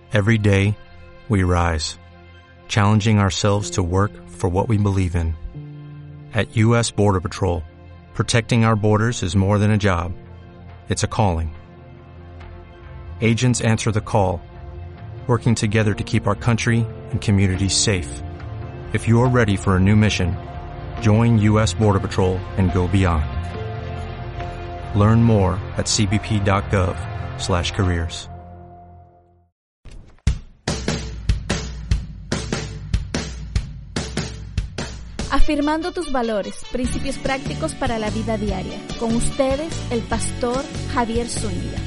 Every day, we rise, challenging ourselves to work for what we believe in. At U.S. Border Patrol, protecting our borders is more than a job. It's a calling. Agents answer the call, working together to keep our country and communities safe. If you are ready for a new mission, join U.S. Border Patrol and go beyond. Learn more at cbp.gov/careers. Afirmando tus valores, principios prácticos para la vida diaria. Con ustedes, el pastor Javier Zúñiga.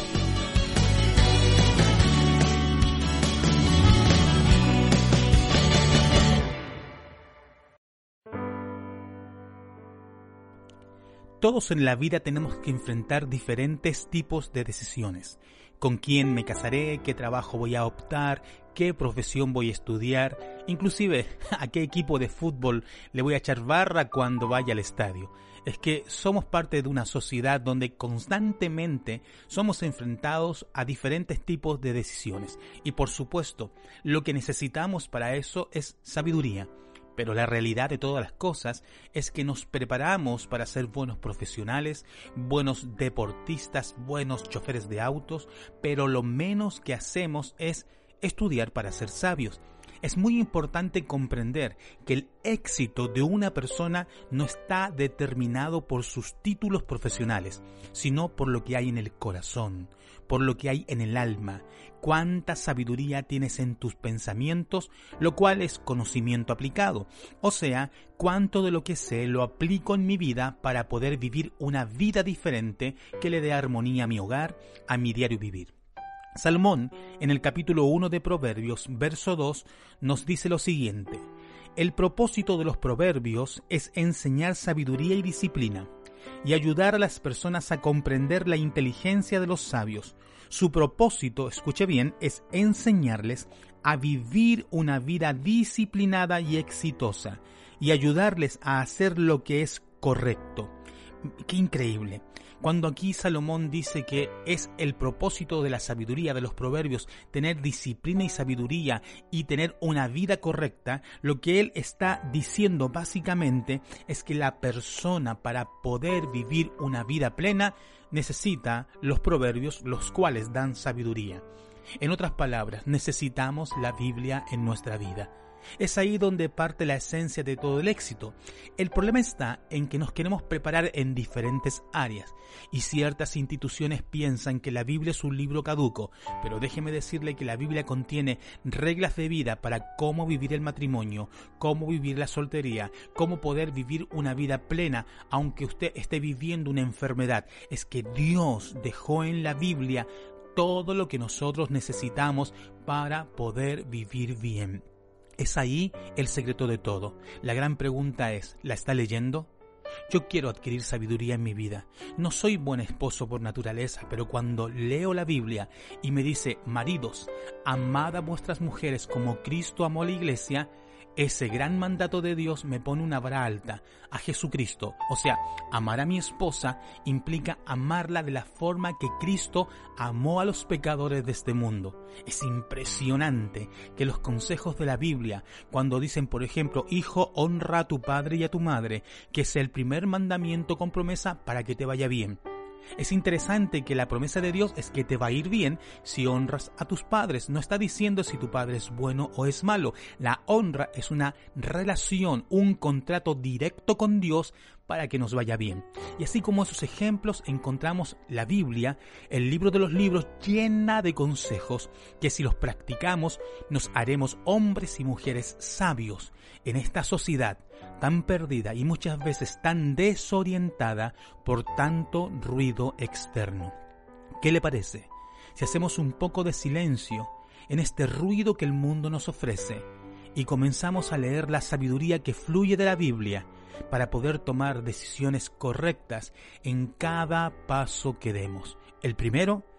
Todos en la vida tenemos que enfrentar diferentes tipos de decisiones. ¿Con quién me casaré? ¿Qué trabajo voy a optar? ¿Qué profesión voy a estudiar? Inclusive, ¿a qué equipo de fútbol le voy a echar barra cuando vaya al estadio? Es que somos parte de una sociedad donde constantemente somos enfrentados a diferentes tipos de decisiones. Y por supuesto, lo que necesitamos para eso es sabiduría. Pero la realidad de todas las cosas es que nos preparamos para ser buenos profesionales, buenos deportistas, buenos choferes de autos, pero lo menos que hacemos es estudiar para ser sabios. Es muy importante comprender que el éxito de una persona no está determinado por sus títulos profesionales, sino por lo que hay en el corazón, por lo que hay en el alma. Cuánta sabiduría tienes en tus pensamientos, lo cual es conocimiento aplicado. O sea, cuánto de lo que sé lo aplico en mi vida para poder vivir una vida diferente que le dé armonía a mi hogar, a mi diario vivir. Salomón, en el capítulo 1 de Proverbios, verso 2, nos dice lo siguiente: el propósito de los proverbios es enseñar sabiduría y disciplina, y ayudar a las personas a comprender la inteligencia de los sabios. Su propósito, escuche bien, es enseñarles a vivir una vida disciplinada y exitosa, y ayudarles a hacer lo que es correcto. ¡Qué increíble! Cuando aquí Salomón dice que es el propósito de la sabiduría de los proverbios tener disciplina y sabiduría y tener una vida correcta, lo que él está diciendo básicamente es que la persona, para poder vivir una vida plena, necesita los proverbios, los cuales dan sabiduría. En otras palabras, necesitamos la Biblia en nuestra vida. Es ahí donde parte la esencia de todo el éxito. El problema está en que nos queremos preparar en diferentes áreas y ciertas instituciones piensan que la Biblia es un libro caduco, pero déjeme decirle que la Biblia contiene reglas de vida para cómo vivir el matrimonio, cómo vivir la soltería, cómo poder vivir una vida plena aunque usted esté viviendo una enfermedad. Es que Dios dejó en la Biblia todo lo que nosotros necesitamos para poder vivir bien. Es ahí el secreto de todo. La gran pregunta es, ¿la está leyendo? Yo quiero adquirir sabiduría en mi vida. No soy buen esposo por naturaleza, pero cuando leo la Biblia y me dice: maridos, amad a vuestras mujeres como Cristo amó a la iglesia, ese gran mandato de Dios me pone una vara alta a Jesucristo. O sea, amar a mi esposa implica amarla de la forma que Cristo amó a los pecadores de este mundo. Es impresionante que los consejos de la Biblia, cuando dicen, por ejemplo, hijo, honra a tu padre y a tu madre, que es el primer mandamiento con promesa para que te vaya bien. Es interesante que la promesa de Dios es que te va a ir bien si honras a tus padres. No está diciendo si tu padre es bueno o es malo. La honra es una relación, un contrato directo con Dios para que nos vaya bien. Y así como esos ejemplos, encontramos la Biblia, el libro de los libros, llena de consejos que si los practicamos nos haremos hombres y mujeres sabios en esta sociedad tan perdida y muchas veces tan desorientada por tanto ruido externo. ¿Qué le parece si hacemos un poco de silencio en este ruido que el mundo nos ofrece y comenzamos a leer la sabiduría que fluye de la Biblia para poder tomar decisiones correctas en cada paso que demos? El primero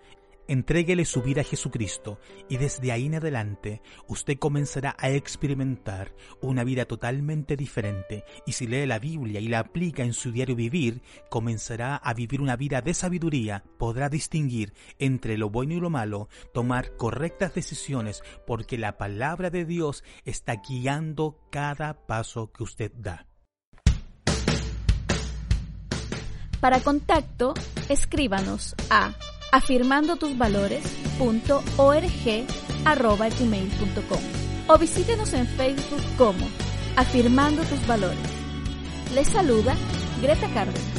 Entréguele su vida a Jesucristo y desde ahí en adelante usted comenzará a experimentar una vida totalmente diferente, y si lee la Biblia y la aplica en su diario vivir, comenzará a vivir una vida de sabiduría, podrá distinguir entre lo bueno y lo malo, tomar correctas decisiones porque la palabra de Dios está guiando cada paso que usted da. Para contacto, escríbanos a afirmandotusvalores.org@gmail.com o visítenos en Facebook como Afirmando Tus Valores. Les saluda Greta Cárdenas.